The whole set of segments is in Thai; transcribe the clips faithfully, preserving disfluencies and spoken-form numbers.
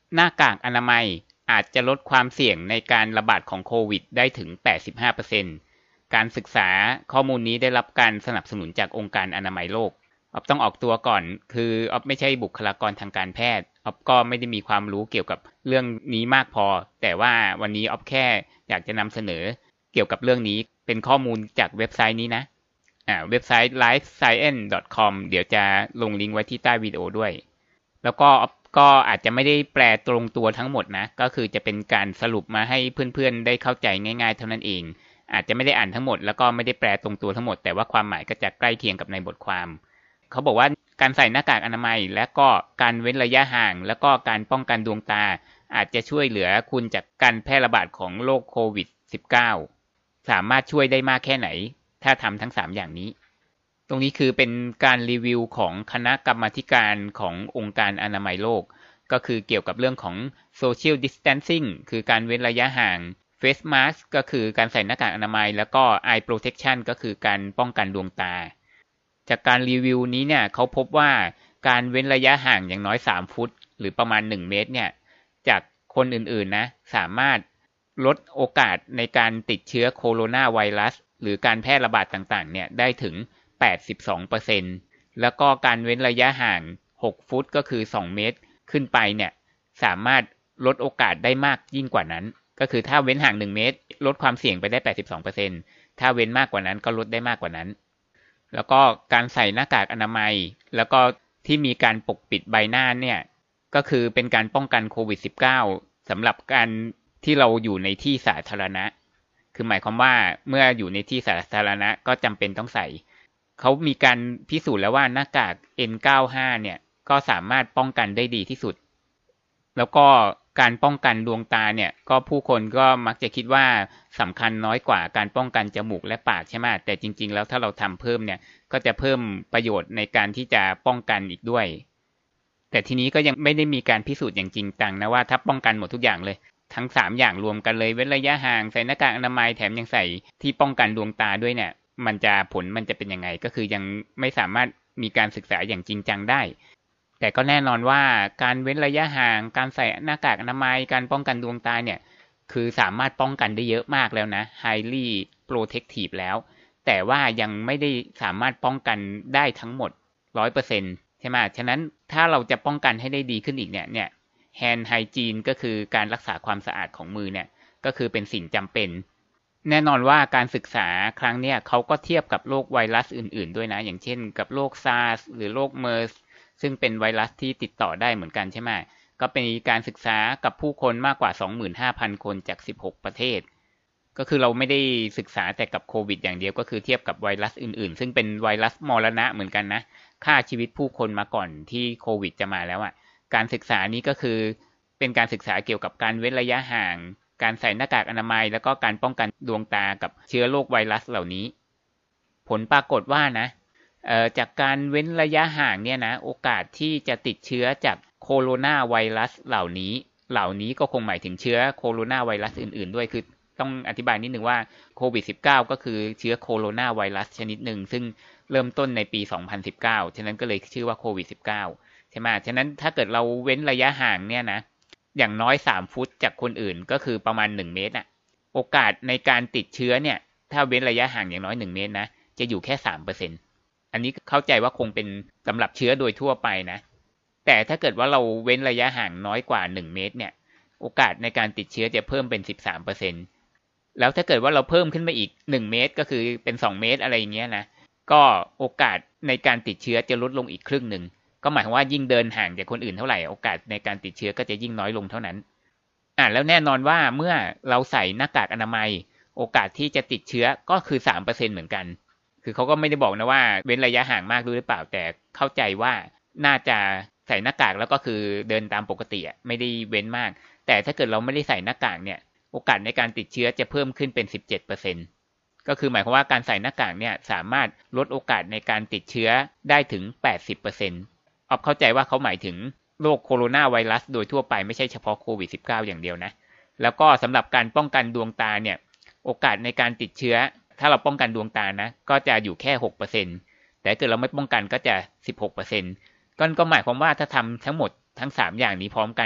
หน้ากากอนามัยอาจจะลดความเสี่ยงในการระบาดของโควิดได้ถึง แปดสิบห้าเปอร์เซ็นต์ การศึกษาข้อมูลนี้ได้รับการสนับสนุนจากองค์การอนามัยโลกอ๊อฟต้องออกตัวก่อนคืออ๊อฟไม่ใช่บุคลากรทางการแพทย์อ๊อฟก็ไม่ได้มีความรู้เกี่ยวกับเรื่องนี้มากพอแต่ว่าวันนี้อ๊อฟแค่อยากจะนำเสนอเกี่ยวกับเรื่องนี้เป็นข้อมูลจากเว็บไซต์นี้นะอ่าเว็บไซต์ ไลฟ์ไซเอนซ์ ดอท คอม เดี๋ยวจะลงลิงก์ไว้ที่ใต้วิดีโอด้วยแล้วก็ก็อาจจะไม่ได้แปลตรงตัวทั้งหมดนะก็คือจะเป็นการสรุปมาให้เพื่อนๆได้เข้าใจง่ายๆเท่านั้นเองอาจจะไม่ได้อ่านทั้งหมดแล้วก็ไม่ได้แปลตรงตัวทั้งหมดแต่ว่าความหมายก็จะใกล้เคียงกับในบทความเขาบอกว่าการใส่หน้ากากอนามัยและก็การเว้นระยะห่างแล้วก็การป้องกันดวงตาอาจจะช่วยเหลือคุณจากการแพร่ระบาดของโรคโควิด สิบเก้า สามารถช่วยได้มากแค่ไหนถ้าทำทั้งสามอย่างนี้ตรงนี้คือเป็นการรีวิวของคณะกรรมาธิการขององค์การอนามัยโลกก็คือเกี่ยวกับเรื่องของ social distancing คือการเว้นระยะห่าง face mask ก็คือการใส่หน้ากากอนามัยแล้วก็ eye protection ก็คือการป้องกันดวงตาจากการรีวิวนี้เนี่ยเขาพบว่าการเว้นระยะห่างอย่างน้อยสามฟุตหรือประมาณหนึ่งเมตรเนี่ยจากคนอื่นๆนะสามารถลดโอกาสในการติดเชื้อโคโรนาไวรัสหรือการแพร่ระบาดต่างๆเนี่ยได้ถึง แปดสิบสองเปอร์เซ็นต์ แล้วก็การเว้นระยะห่างหกฟุตก็คือสองเมตรขึ้นไปเนี่ยสามารถลดโอกาสได้มากยิ่งกว่านั้นก็คือถ้าเว้นห่างหนึ่งเมตรลดความเสี่ยงไปได้ แปดสิบสองเปอร์เซ็นต์ ถ้าเว้นมากกว่านั้นก็ลดได้มากกว่านั้นแล้วก็การใส่หน้ากากอนามัยแล้วก็ที่มีการปกปิดใบหน้าเนี่ยก็คือเป็นการป้องกันโควิด สิบเก้า สำหรับการที่เราอยู่ในที่สาธารณะคือหมายความว่าเมื่ออยู่ในที่สาธารณะก็จำเป็นต้องใส่เขามีการพิสูจน์แล้วว่าหน้ากาก เอ็น เก้าสิบห้า เนี่ยก็สามารถป้องกันได้ดีที่สุดแล้วก็การป้องกันดวงตาเนี่ยก็ผู้คนก็มักจะคิดว่าสำคัญน้อยกว่าการป้องกันจมูกและปากใช่ไหมแต่จริงๆแล้วถ้าเราทำเพิ่มเนี่ยก็จะเพิ่มประโยชน์ในการที่จะป้องกันอีกด้วยแต่ทีนี้ก็ยังไม่ได้มีการพิสูจน์อย่างจริงจังนะว่าถ้าป้องกันหมดทุกอย่างเลยทั้งสามอย่างรวมกันเลยเว้นระยะห่างใส่หน้ากากอนามัยแถมยังใส่ที่ป้องกันดวงตาด้วยเนี่ยมันจะผลมันจะเป็นยังไงก็คือยังไม่สามารถมีการศึกษาอย่างจริงจังได้แต่ก็แน่นอนว่าการเว้นระยะห่างการใส่หน้ากากอนามัยการป้องกันดวงตาเนี่ยคือสามารถป้องกันได้เยอะมากแล้วนะ highly protective แล้วแต่ว่ายังไม่ได้สามารถป้องกันได้ทั้งหมด ร้อยเปอร์เซ็นต์ ใช่ไหมฉะนั้นถ้าเราจะป้องกันให้ได้ดีขึ้นอีกเนี่ยเนี่ย hand hygiene ก็คือการรักษาความสะอาดของมือเนี่ยก็คือเป็นสิ่งจำเป็นแน่นอนว่าการศึกษาครั้งเนี้ยเขาก็เทียบกับโรคไวรัสอื่นๆด้วยนะอย่างเช่นกับโรค SARS หรือโรค MERS ซึ่งเป็นไวรัสที่ติดต่อได้เหมือนกันใช่ไหมก็เป็นการศึกษากับผู้คนมากกว่า สองหมื่นห้าพัน คนจากสิบหกประเทศก็คือเราไม่ได้ศึกษาแต่กับโควิดอย่างเดียวก็คือเทียบกับไวรัสอื่นๆซึ่งเป็นไวรัสมรณะเหมือนกันนะฆ่าชีวิตผู้คนมาก่อนที่โควิดจะมาแล้วอ่ะการศึกษานี้ก็คือเป็นการศึกษาเกี่ยวกับการเว้นระยะห่างการใส่หน้ากากอนามัยแล้วก็การป้องกันดวงตากับเชื้อโรคไวรัสเหล่านี้ผลปรากฏว่านะจากการเว้นระยะห่างเนี่ยนะโอกาสที่จะติดเชื้อจากโคโรนาไวรัสเหล่านี้เหล่านี้ก็คงหมายถึงเชื้อโคโรนาไวรัสอื่นๆด้วยคือต้องอธิบายนิดนึงว่าโควิด สิบเก้า ก็คือเชื้อโคโรนาไวรัสชนิดหนึ่งซึ่งเริ่มต้นในปี สองพันสิบเก้า ฉะนั้นก็เลยชื่อว่าโควิด สิบเก้า ใช่ไหมฉะนั้นถ้าเกิดเราเว้นระยะห่างเนี่ยนะอย่างน้อยสามฟุตจากคนอื่นก็คือประมาณหนึ่งเมตรอ่ะโอกาสในการติดเชื้อเนี่ยถ้าเว้นระยะห่างอย่างน้อยหนึ่งเมตรนะจะอยู่แค่ สามเปอร์เซ็นต์ อันนี้เข้าใจว่าคงเป็นสำหรับเชื้อโดยทั่วไปนะแต่ถ้าเกิดว่าเราเว้นระยะห่างน้อยกว่าหนึ่งเมตรเนี่ยโอกาสในการติดเชื้อจะเพิ่มเป็น สิบสามเปอร์เซ็นต์ แล้วถ้าเกิดว่าเราเพิ่มขึ้นมาอีกหนึ่งเมตรก็คือเป็นสองเมตรอะไรอย่างเงี้ยนะก็โอกาสในการติดเชื้อจะลดลงอีกครึ่งหนึ่งก็หมายความว่ายิ่งเดินห่างจากคนอื่นเท่าไหร่โอกาสในการติดเชื้อก็จะยิ่งน้อยลงเท่านั้นอ่าแล้วแน่นอนว่าเมื่อเราใส่หน้ากากอนามัยโอกาสที่จะติดเชื้อก็คือ สามเปอร์เซ็นต์ เหมือนกันคือเขาก็ไม่ได้บอกนะว่าเว้นระยะห่างมากหรือเปล่าแต่เข้าใจว่าน่าจะใส่หน้ากากแล้วก็คือเดินตามปกติไม่ได้เว้นมากแต่ถ้าเกิดเราไม่ได้ใส่หน้ากากเนี่ยโอกาสในการติดเชื้อจะเพิ่มขึ้นเป็น สิบเจ็ดเปอร์เซ็นต์ ก็คือหมายความว่าการใส่หน้ากากเนี่ยสามารถลดโอกาสในการติดเชื้อได้ถึง แปดสิบเปอร์เซ็นต์ ออฟเข้าใจว่าเขาหมายถึงโรคโคโรนาไวรัสโดยทั่วไปไม่ใช่เฉพาะโควิด สิบเก้า อย่างเดียวนะแล้วก็สำหรับการป้องกันดวงตาเนี่ยโอกาสในการติดเชื้อถ้าเราป้องกันดวงตานะก็จะอยู่แค่ หกเปอร์เซ็นต์ แต่ถ้าเกิดเราไม่ป้องกันก็จะ สิบหกเปอร์เซ็นต์ ก็ก็หมายความว่าถ้าทำทั้งหมดทั้งสามอย่างนี้พร้อมกันเนี่ย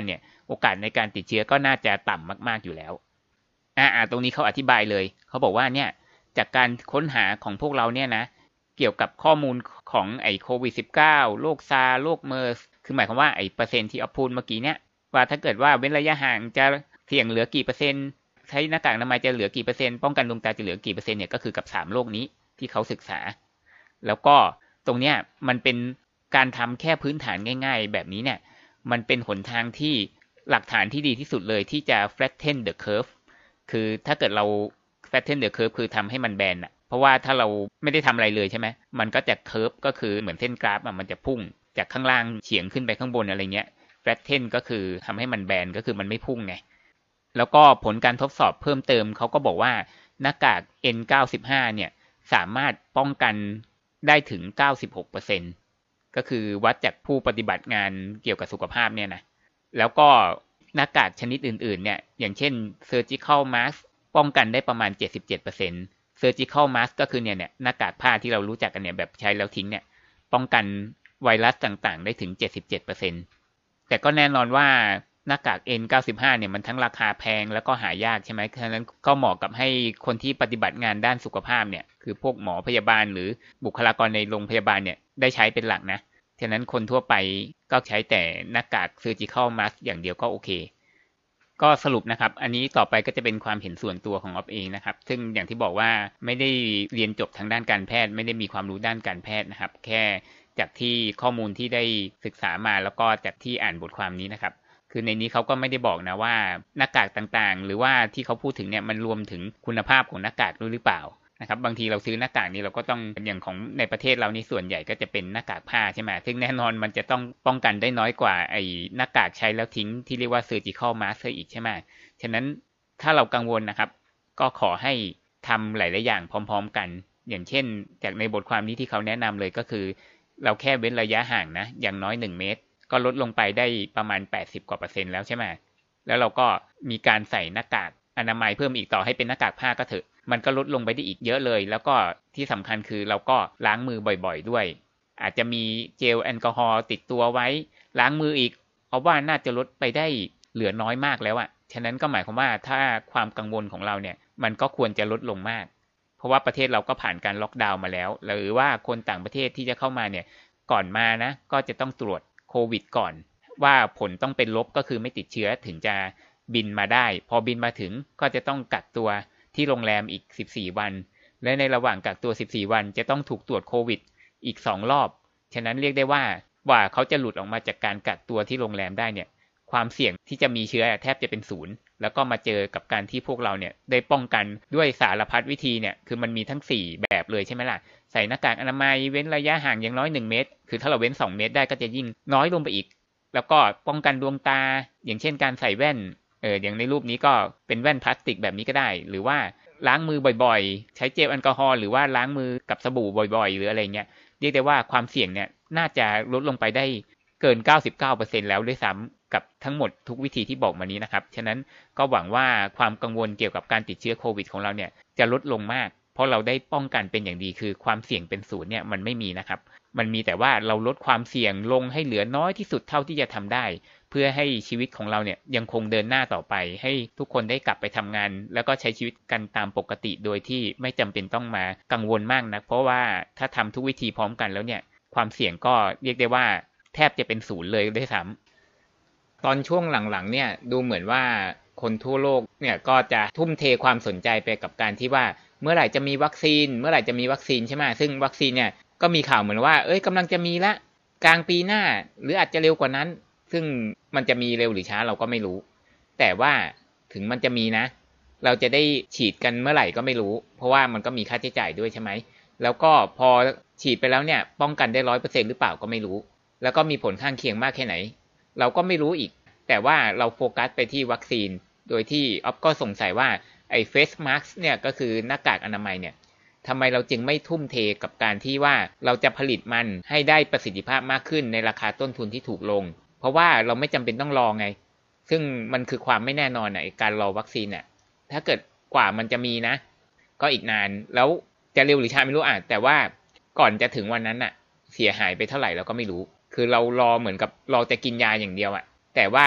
โอกาสในการติดเชื้อก็น่าจะต่ำมากๆอยู่แล้วอ่าตรงนี้เขาอธิบายเลยเขาบอกว่าเนี่ยจากการค้นหาของพวกเราเนี่ยนะเกี่ยวกับข้อมูลของไอ้โควิด สิบเก้า โรคซาร์โรคเมอร์สคือหมายความว่าไอ้เปอร์เซ็นต์ที่เอาพูดเมื่อกี้เนี่ยว่าถ้าเกิดว่าเว้นระยะห่างจะเสี่ยงเหลือกี่เปอร์เซ็นต์ใช้หน้ากากอนามัยจะเหลือกี่เปอร์เซ็นต์ป้องกันดวงตาจะเหลือกี่เปอร์เซ็นต์เนี่ยก็คือกับสามโรคนี้ที่เขาศึกษาแล้วก็ตรงเนี้ยมันเป็นการทำแค่พื้นฐานง่ายๆแบบนี้เนี่ยมันเป็นหนทางที่หลักฐานที่ดีที่สุดเลยที่จะ flatten the curve คือถ้าเกิดเรา flatten the curve คือทำให้มันแบนอะเพราะว่าถ้าเราไม่ได้ทำอะไรเลยใช่ไหมมันก็จะ curve ก็คือเหมือนเส้นกราฟอะมันจะพุ่งจากข้างล่างเฉียงขึ้นไปข้างบนอะไรเงี้ย flatten ก็คือทำให้มันแบนก็คือมันไม่พุ่งไงแล้วก็ผลการทดสอบเพิ่มเติมเขาก็บอกว่าหน้ากาก เอ็น เก้าสิบห้า เนี่ยสามารถป้องกันได้ถึง เก้าสิบหกเปอร์เซ็นต์ ก็คือวัดจากผู้ปฏิบัติงานเกี่ยวกับสุขภาพเนี่ยนะแล้วก็หน้ากากชนิดอื่นๆเนี่ยอย่างเช่น surgical mask ป้องกันได้ประมาณ เจ็ดสิบเจ็ดเปอร์เซ็นต์ surgical mask ก็คือเนี่ยเนี่ยหน้ากากผ้าที่เรารู้จักกันเนี่ยแบบใช้แล้วทิ้งเนี่ยป้องกันไวรัสต่างๆได้ถึง เจ็ดสิบเจ็ดเปอร์เซ็นต์ แต่ก็แน่นอนว่าหน้ากาก เอ็น เก้าสิบห้า เนี่ยมันทั้งราคาแพงแล้วก็หายากใช่ไหมฉะนั้นก็เหมาะกับให้คนที่ปฏิบัติงานด้านสุขภาพเนี่ยคือพวกหมอพยาบาลหรือบุคลากรในโรงพยาบาลเนี่ยได้ใช้เป็นหลักนะฉะนั้นคนทั่วไปก็ใช้แต่หน้ากาก surgical mask อย่างเดียวก็โอเคก็สรุปนะครับอันนี้ต่อไปก็จะเป็นความเห็นส่วนตัวของออฟเองนะครับซึ่งอย่างที่บอกว่าไม่ได้เรียนจบทางด้านการแพทย์ไม่ได้มีความรู้ด้านการแพทย์นะครับแค่จากที่ข้อมูลที่ได้ศึกษามาแล้วก็จากที่อ่านบทความนี้นะครับคือในนี้เขาก็ไม่ได้บอกนะว่าหน้ากากต่างๆหรือว่าที่เขาพูดถึงเนี่ยมันรวมถึงคุณภาพของหน้ากากด้วยหรือเปล่านะครับบางทีเราซื้อหน้ากากนี้เราก็ต้องอย่างของในประเทศเรานี่ส่วนใหญ่ก็จะเป็นหน้ากากผ้าใช่ไหมซึ่งแน่นอนมันจะต้องป้องกันได้น้อยกว่าไอ้หน้ากากใช้แล้วทิ้งที่เรียกว่า surgical mask อีกใช่ไหมฉะนั้นถ้าเรากังวลนะครับก็ขอให้ทำหลายๆอย่างพร้อมๆกันอย่างเช่นจากในบทความนี้ที่เขาแนะนำเลยก็คือเราแค่เว้นระยะห่างนะอย่างน้อยหนึ่งเมตรก็ลดลงไปได้ประมาณแปดสิบกว่าเปอร์เซ็นต์แล้วใช่ไหมแล้วเราก็มีการใส่หน้ากากอนามัยเพิ่มอีกต่อให้เป็นหน้ากากผ้าก็เถอะมันก็ลดลงไปได้อีกเยอะเลยแล้วก็ที่สำคัญคือเราก็ล้างมือบ่อยๆด้วยอาจจะมีเจลแอลกอฮอล์ติดตัวไว้ล้างมืออีกเอาว่าน่าจะลดไปได้เหลือน้อยมากแล้วอะฉะนั้นก็หมายความว่าถ้าความกังวลของเราเนี่ยมันก็ควรจะลดลงมากเพราะว่าประเทศเราก็ผ่านการล็อกดาวน์มาแล้วหรือว่าคนต่างประเทศที่จะเข้ามาเนี่ยก่อนมานะก็จะต้องตรวจโควิดก่อนว่าผลต้องเป็นลบก็คือไม่ติดเชื้อถึงจะบินมาได้พอบินมาถึงก็จะต้องกักตัวที่โรงแรมอีกสิบสี่วันและในระหว่างกักตัวสิบสี่วันจะต้องถูกตรวจโควิดอีกสองรอบฉะนั้นเรียกได้ว่าว่าเขาจะหลุดออกมาจากการกักตัวที่โรงแรมได้เนี่ยความเสี่ยงที่จะมีเชื้อแทบจะเป็นศูนย์แล้วก็มาเจอกับการที่พวกเราเนี่ยได้ป้องกันด้วยสารพัดวิธีเนี่ยคือมันมีทั้งสี่แบบเลยใช่ไหมล่ะใส่หน้ากากอนามัยเว้นระยะห่างอย่างน้อยหนึ่งเมตรคือถ้าเราเว้นสองเมตรได้ก็จะยิ่งน้อยลงไปอีกแล้วก็ป้องกันดวงตาอย่างเช่นการใส่แว่นเอออย่างในรูปนี้ก็เป็นแว่นพลาสติกแบบนี้ก็ได้หรือว่าล้างมือบ่อยๆใช้เจลแอลกอฮอล์หรือว่าล้างมือกับสบู่บ่อยๆหรืออะไรเงี้ยเรียกได้ว่าความเสี่ยงเนี่ยน่าจะลดลงไปได้เกิน เก้าสิบเก้าเปอร์เซ็นต์ แล้วด้วยซ้ำกับทั้งหมดทุกวิธีที่บอกมานี้นะครับฉะนั้นก็หวังว่าความกังวลเกี่ยวกับการติดเชื้อโควิดของเราเนี่ยจะลดลงมากเพราะเราได้ป้องกันเป็นอย่างดีคือความเสี่ยงเป็นศูนย์เนี่ยมันไม่มีนะครับมันมีแต่ว่าเราลดความเสี่ยงลงให้เหลือน้อยที่สุดเท่าที่จะทำได้เพื่อให้ชีวิตของเราเนี่ยยังคงเดินหน้าต่อไปให้ทุกคนได้กลับไปทำงานแล้วก็ใช้ชีวิตกันตามปกติโดยที่ไม่จำเป็นต้องมากังวลมากนักเพราะว่าถ้าทำทุกวิธีพร้อมกันแล้วเนี่ยความเสี่ยงก็เรียกได้ว่าแทบจะเป็นศูนย์เลยด้วยซ้ำตอนช่วงหลังๆเนี่ยดูเหมือนว่าคนทั่วโลกเนี่ยก็จะทุ่มเทความสนใจไปกับการที่ว่าเมื่อไหร่จะมีวัคซีนเมื่อไหร่จะมีวัคซีนใช่ไหมซึ่งวัคซีนเนี่ยก็มีข่าวเหมือนว่าเอ้ยกำลังจะมีละกลางปีหน้าหรืออาจจะเร็วกว่านั้นซึ่งมันจะมีเร็วหรือช้าเราก็ไม่รู้แต่ว่าถึงมันจะมีนะเราจะได้ฉีดกันเมื่อไหร่ก็ไม่รู้เพราะว่ามันก็มีค่าใช้จ่ายด้วยใช่ไหมแล้วก็พอฉีดไปแล้วเนี่ยป้องกันได้ ร้อยเปอร์เซ็นต์ หรือเปล่าก็ไม่รู้แล้วก็มีผลข้างเคียงมากแค่ไหนเราก็ไม่รู้อีกแต่ว่าเราโฟกัสไปที่วัคซีนโดยที่อ๊อฟก็สงสัยว่าไอ้เฟสมาสก์เนี่ยก็คือหน้ากากอนามัยเนี่ยทำไมเราจึงไม่ทุ่มเทกับการที่ว่าเราจะผลิตมันให้ได้ประสิทธิภาพมากขึ้นในราคาต้นทุนที่ถูกลงเพราะว่าเราไม่จำเป็นต้องรอไงซึ่งมันคือความไม่แน่นอนอ่ะการรอวัคซีนอ่ะถ้าเกิดกว่ามันจะมีนะก็อีกนานแล้วจะเร็วหรือช้าไม่รู้อ่ะแต่ว่าก่อนจะถึงวันนั้นอ่ะเสียหายไปเท่าไหร่เราก็ไม่รู้คือเรารอเหมือนกับรอจะกินยาอย่างเดียวอ่ะแต่ว่า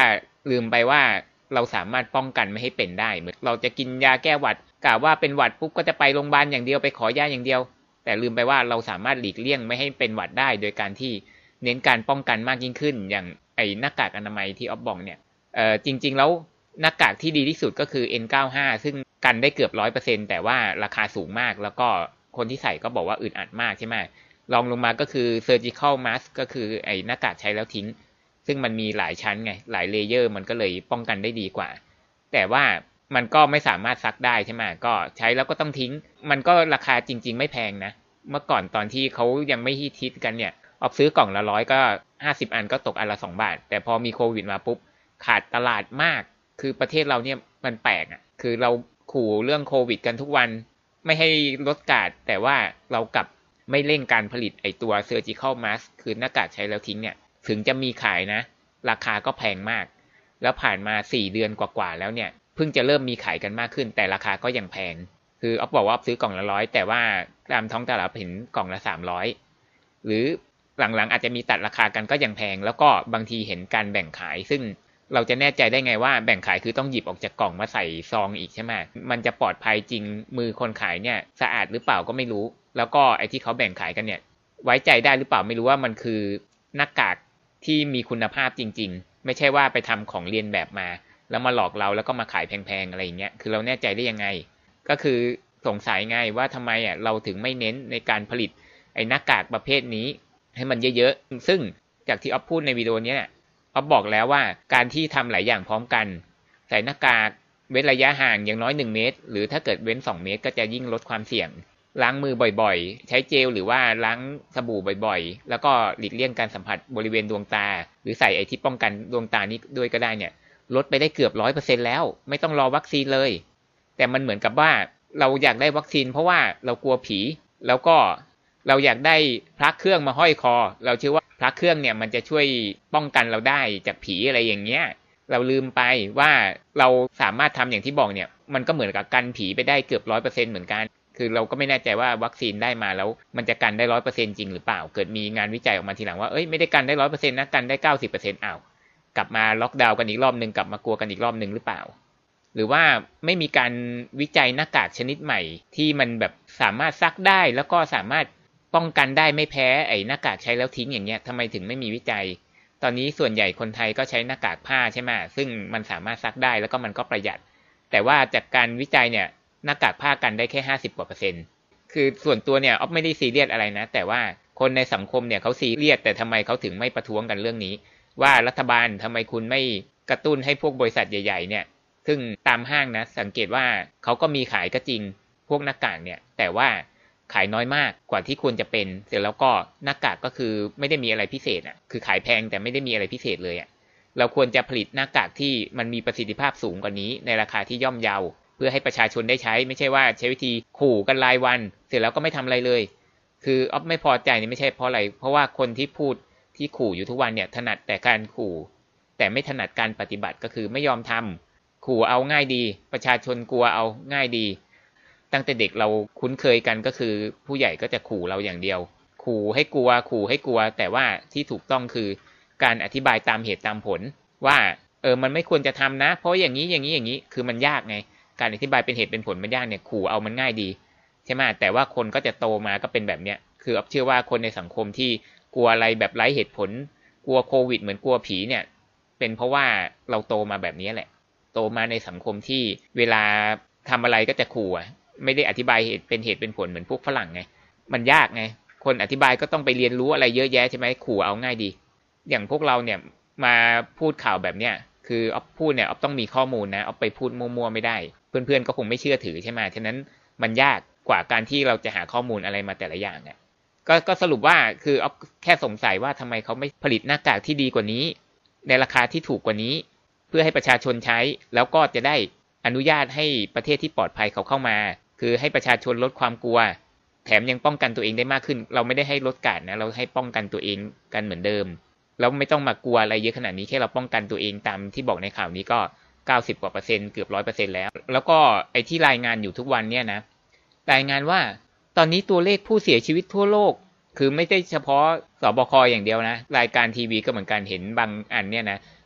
ลืมไปว่าเราสามารถป้องกันไม่ให้เป็นได้เหมือนเราจะกินยาแก้หวัดกะว่าเป็นหวัดปุ๊บก็จะไปโรงพยาบาลอย่างเดียวไปขอยาอย่างเดียวแต่ลืมไปว่าเราสามารถหลีกเลี่ยงไม่ให้เป็นหวัดได้โดยการที่เน้นการป้องกันมากยิ่งขึ้นอย่างไอ้หน้ากากอนามัยที่อ๊อฟบอกเนี่ยเอ่อจริงๆแล้วหน้ากากที่ดีที่สุดก็คือ เอ็น เก้าสิบห้า ซึ่งกันได้เกือบ ร้อยเปอร์เซ็นต์ แต่ว่าราคาสูงมากแล้วก็คนที่ใส่ก็บอกว่าอึดอัดมากใช่ไหมรองลงมาก็คือ surgical mask ก็คือไอ้หน้ากากใช้แล้วทิ้งซึ่งมันมีหลายชั้นไงหลายเลเยอร์มันก็เลยป้องกันได้ดีกว่าแต่ว่ามันก็ไม่สามารถซักได้ใช่ไหมก็ใช้แล้วก็ต้องทิ้งมันก็ราคาจริงๆไม่แพงนะเมื่อก่อนตอนที่เขายังไม่ฮิตกันเนี่ยออกซื้อกล่องละร้อยก็ห้าสิบอันก็ตกอันละสองบาทแต่พอมีโควิดมาปุ๊บขาดตลาดมากคือประเทศเราเนี่ยมันแปลกอ่ะคือเราขู่เรื่องโควิดกันทุกวันไม่ให้ลดการ์ดแต่ว่าเรากลับไม่เร่งการผลิตไอตัว surgical mask คือหน้ากากใช้แล้วทิ้งเนี่ยถึงจะมีขายนะราคาก็แพงมากแล้วผ่านมาสี่เดือนกว่าๆแล้วเนี่ยเพิ่งจะเริ่มมีขายกันมากขึ้นแต่ราคาก็ยังแพงคืออ๊อฟบอกว่าซื้อกล่องละร้อยแต่ว่าตามท้องตลาดเห็นกล่องละสามร้อยหรือหลังๆอาจจะมีตัดราคากันก็ยังแพงแล้วก็บางทีเห็นการแบ่งขายซึ่งเราจะแน่ใจได้ไงว่าแบ่งขายคือต้องหยิบออกจากกล่องมาใส่ซองอีกใช่ไหมมันจะปลอดภัยจริงมือคนขายเนี่ยสะอาดหรือเปล่าก็ไม่รู้แล้วก็ไอ้ที่เขาแบ่งขายกันเนี่ยไว้ใจได้หรือเปล่าไม่รู้ว่ามันคือหน้ากากที่มีคุณภาพจริงๆไม่ใช่ว่าไปทำของเลียนแบบมาแล้วมาหลอกเราแล้วก็มาขายแพงๆอะไรอย่างเงี้ยคือเราแน่ใจได้ยังไงก็คือสงสัยไงว่าทำไมอ่ะเราถึงไม่เน้นในการผลิตไอ้หน้ากากประเภทนี้ให้มันเยอะๆซึ่งจากที่อ๊อฟพูดในวิดีโอนี้เนี่ยอ๊อฟบอกแล้วว่าการที่ทำหลายอย่างพร้อมกันใส่หน้ากากเว้นระยะห่างอย่างน้อยหนึ่งเมตรหรือถ้าเกิดเว้นสองเมตรก็จะยิ่งลดความเสี่ยงล้างมือบ่อยๆใช้เจลหรือว่าล้างสบู่บ่อยๆแล้วก็หลีกเลี่ยงการสัมผัสบริเวณดวงตาหรือใส่ไอ้ที่ป้องกันดวงตานี้ด้วยก็ได้เนี่ยลดไปได้เกือบ ร้อยเปอร์เซ็นต์ แล้วไม่ต้องรอวัคซีนเลยแต่มันเหมือนกับว่าเราอยากได้วัคซีนเพราะว่าเรากลัวผีแล้วก็เราอยากได้พระเครื่องมาห้อยคอเราเชื่อว่าพระเครื่องเนี่ยมันจะช่วยป้องกันเราได้จากผีอะไรอย่างเงี้ยเราลืมไปว่าเราสามารถทำอย่างที่บอกเนี่ยมันก็เหมือนกับกันผีไปได้เกือบ ร้อยเปอร์เซ็นต์ เหมือนกันคือเราก็ไม่แน่ใจว่าวัคซีนได้มาแล้วมันจะกันได้ ร้อยเปอร์เซ็นต์ จริงหรือเปล่าเกิดมีงานวิจัยออกมาทีหลังว่าเอ้ยไม่ได้กันได้ ร้อยเปอร์เซ็นต์ นะกันได้ เก้าสิบเปอร์เซ็นต์ อ้าวกลับมาล็อกดาวน์กันอีกรอบนึงกลับมากลัวกันอีกรอบนึงหรือเปล่าหรือว่าไม่มีการวิจัยหน้ากากชนิดใหม่ที่มันแบบสามารถซักได้แล้วก็สามารถป้องกันได้ไม่แพ้ไอ้หน้ากากใช้แล้วทิ้งอย่างเงี้ยทำไมถึงไม่มีวิจัยตอนนี้ส่วนใหญ่คนไทยก็ใช้หน้ากากผ้าใช่ไหมซึ่งมันสามารถซักได้แล้วก็มันก็ประหยัดแต่ว่าจากการวิจัยเนี่ยหน้ากากผ้ากันได้แค่ห้าสิบกว่าเปอร์เซ็นต์คือส่วนตัวเนี่ยอ๊อฟไม่ได้ซีเรียสอะไรนะแต่ว่าคนในสังคมเนี่ยเขาซีเรียสแต่ทำไมเขาถึงไม่ประท้วงกันเรื่องนี้ว่ารัฐบาลทำไมคุณไม่กระตุ้นให้พวกบริษัทใหญ่ๆเนี่ยซึ่งตามห้างนะสังเกตว่าเขาก็มีขายก็จริงพวกหน้ากากเนี่ยแต่ว่าขายน้อยมากกว่าที่ควรจะเป็นเสร็จแล้วก็หน้ากากก็คือไม่ได้มีอะไรพิเศษอ่ะคือขายแพงแต่ไม่ได้มีอะไรพิเศษเลยอ่ะเราควรจะผลิตหน้ากากที่มันมีประสิทธิภาพสูงกว่านี้ในราคาที่ย่อมเยาเพื่อให้ประชาชนได้ใช้ไม่ใช่ว่าใช้วิธีขู่กันรายวันเสร็จแล้วก็ไม่ทำอะไรเลยคืออ๊อฟไม่พอใจนี่ไม่ใช่เพราะอะไรเพราะว่าคนที่พูดที่ขู่อยู่ทุกวันเนี่ยถนัดแต่การขู่แต่ไม่ถนัดการปฏิบัติก็คือไม่ยอมทำขู่เอาง่ายดีประชาชนกลัวเอาง่ายดีตั้งแต่เด็กเราคุ้นเคยกันก็คือผู้ใหญ่ก็จะขู่เราอย่างเดียวขู่ให้กลัวขู่ให้กลัวแต่ว่าที่ถูกต้องคือการอธิบายตามเหตุตามผลว่าเออมันไม่ควรจะทำนะเพราะอย่างนี้อย่างนี้อย่างนี้คือมันยากไงการอธิบายเป็นเหตุเป็นผลมันยากเนี่ยขู่เอามันง่ายดีใช่ไหมแต่ว่าคนก็จะโตมาก็เป็นแบบเนี้ยคืออ๊อฟเชื่อว่าคนในสังคมที่กลัวอะไรแบบไร้เหตุผลกลัวโควิดเหมือนกลัวผีเนี่ยเป็นเพราะว่าเราโตมาแบบนี้แหละโตมาในสังคมที่เวลาทำอะไรก็จะขู่ไม่ได้อธิบายเหตุเป็นเหตุเป็นผลเหมือนพวกฝรั่งไงมันยากไงคนอธิบายก็ต้องไปเรียนรู้อะไรเยอะแยะใช่ไหมขู่เอาง่ายดีอย่างพวกเราเนี่ยมาพูดข่าวแบบเนี้ยคืออ๊อฟพูดเนี่ยอ๊อฟต้องมีข้อมูลนะอ๊อฟไปพูดมั่วๆไม่ได้เพื่อนๆก็คงไม่เชื่อถือใช่ไหมฉะนั้นมันยากกว่าการที่เราจะหาข้อมูลอะไรมาแต่ละอย่างอ่ะก็ก็สรุปว่าคืออ๊อฟแค่สงสัยว่าทำไมเขาไม่ผลิตหน้ากากที่ดีกว่านี้ในราคาที่ถูกกว่านี้เพื่อให้ประชาชนใช้แล้วก็จะได้อนุญาตให้ประเทศที่ปลอดภัยเขาเข้ามาคือให้ประชาชนลดความกลัวแถมยังป้องกันตัวเองได้มากขึ้นเราไม่ได้ให้ลดการนะเราให้ป้องกันตัวเองกันเหมือนเดิมแล้วไม่ต้องมากลัวอะไรเยอะขนาดนี้แค่เราป้องกันตัวเองตามที่บอกในข่าวนี้ก็เก้าสิบกว่าเปอร์เซ็นต์เกือบ ร้อยเปอร์เซ็นต์ แล้วแล้วก็ไอ้ที่รายงานอยู่ทุกวันเนี่ยนะรายงานว่าตอนนี้ตัวเลขผู้เสียชีวิตทั่วโลกคือไม่ได้เฉพาะสบคอย่างเดียวนะรายการทีวีก็เหมือนกันเห็นบางอันเนี่ยนะ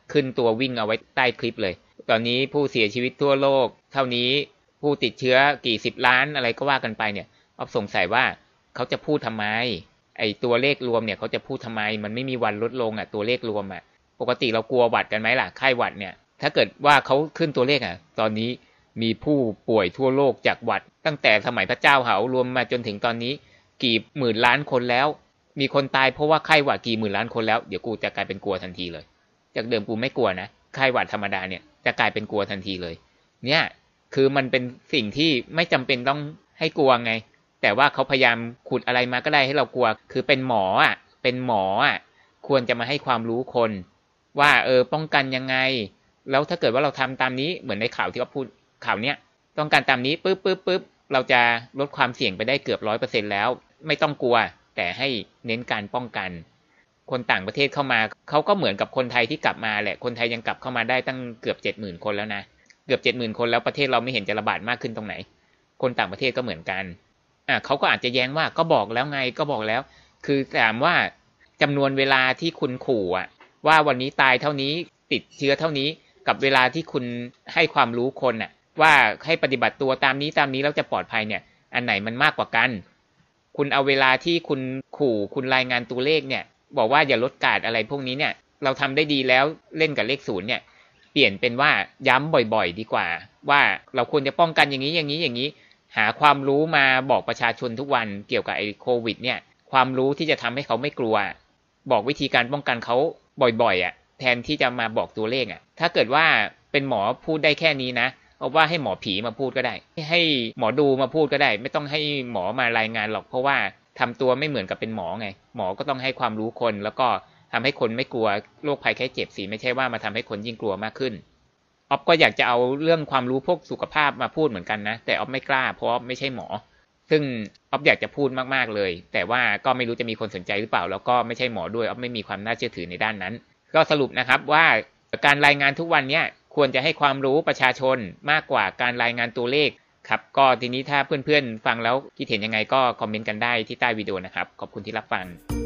ขึ้นตัววิ่งเอาไว้ใต้คลิปเลยตอนนี้ผู้เสียชีวิตทั่วโลกเท่านี้ผู้ติดเชื้อกี่สิบล้านอะไรก็ว่ากันไปเนี่ยอ๊อฟสงสัยว่าเขาจะพูดทำไมไอตัวเลขรวมเนี่ยเขาจะพูดทำไมมันไม่มีวันลดลงอ่ะตัวเลขรวมอ่ะปกติเรากลัวหวัดกันไหมล่ะไข้หวัดเนี่ยถ้าเกิดว่าเขาขึ้นตัวเลขอ่ะตอนนี้มีผู้ป่วยทั่วโลกจากหวัดตั้งแต่สมัยพระเจ้าเหารวมมาจนถึงตอนนี้กี่หมื่นล้านคนแล้วมีคนตายเพราะว่าไข้หวัดกี่หมื่นล้านคนแล้วเดี๋ยวกูจะกลายเป็นกลัวทันทีเลยจากเดิมกูไม่กลัวนะไข้หวัดธรรมดาเนี่ยจะกลายเป็นกลัวทันทีเลยเนี่ยคือมันเป็นสิ่งที่ไม่จำเป็นต้องให้กลัวไงแต่ว่าเขาพยายามขุดอะไรมาก็ได้ให้เรากลัวคือเป็นหมออ่ะเป็นหมออ่ะควรจะมาให้ความรู้คนว่าเออป้องกันยังไงแล้วถ้าเกิดว่าเราทำตามนี้เหมือนในข่าวที่เขาพูดข่าวเนี้ยต้องการตามนี้ปึ๊บปึ๊บปึ๊บเราจะลดความเสี่ยงไปได้เกือบร้อยเปอร์เซ็นต์แล้วไม่ต้องกลัวแต่ให้เน้นการป้องกันคนต่างประเทศเข้ามาเขาก็เหมือนกับคนไทยที่กลับมาแหละคนไทยยังกลับเข้ามาได้ตั้งเกือบ เจ็ดหมื่น คนแล้วนะเกือบ เจ็ดหมื่น คนแล้วประเทศเราไม่เห็นจะระบาดมากขึ้นตรงไหนคนต่างประเทศก็เหมือนกันอ่ะเขาก็อาจจะแย้งว่าก็บอกแล้วไงก็บอกแล้วคือถามว่าจำนวนเวลาที่คุณขู่อ่ะว่าวันนี้ตายเท่านี้ติดเชื้อเท่านี้กับเวลาที่คุณให้ความรู้คนอ่ะว่าให้ปฏิบัติตัวตามนี้ตามนี้แล้วจะปลอดภัยเนี่ยอันไหนมันมากกว่ากันคุณเอาเวลาที่คุณขู่คุณรายงานตัวเลขเนี่ยบอกว่าอย่าลดการ์ดอะไรพวกนี้เนี่ยเราทำได้ดีแล้วเล่นกับเลขศูนย์เนี่ยเปลี่ยนเป็นว่าย้ำบ่อยๆดีกว่าว่าเราควรจะป้องกันอย่างนี้อย่างนี้อย่างนี้หาความรู้มาบอกประชาชนทุกวันเกี่ยวกับไอ้โควิดเนี่ยความรู้ที่จะทำให้เขาไม่กลัวบอกวิธีการป้องกันเขาบ่อยๆอ่ะแทนที่จะมาบอกตัวเลขอ่ะถ้าเกิดว่าเป็นหมอพูดได้แค่นี้นะเอาว่าให้หมอผีมาพูดก็ได้ให้หมอดูมาพูดก็ได้ไม่ต้องให้หมอมารายงานหรอกเพราะว่าทำตัวไม่เหมือนกับเป็นหมอไงหมอก็ต้องให้ความรู้คนแล้วก็ทำให้คนไม่กลัวโรคภัยไข้เจ็บสิไม่ใช่ว่ามาทำให้คนยิ่งกลัวมากขึ้นอ๊อฟก็อยากจะเอาเรื่องความรู้พวกสุขภาพมาพูดเหมือนกันนะแต่อ๊อฟไม่กล้าเพราะอ๊อฟไม่ใช่หมอซึ่งอ๊อฟอยากจะพูดมากๆเลยแต่ว่าก็ไม่รู้จะมีคนสนใจหรือเปล่าแล้วก็ไม่ใช่หมอด้วยอ๊อฟไม่มีความน่าเชื่อถือในด้านนั้นก็สรุปนะครับว่าการรายงานทุกวันเนี้ยควรจะให้ความรู้ประชาชนมากกว่าการรายงานตัวเลขครับก็ทีนี้ถ้าเพื่อนๆฟังแล้วคิดเห็นยังไงก็คอมเมนต์กันได้ที่ใต้วิดีโอนะครับขอบคุณที่รับฟัง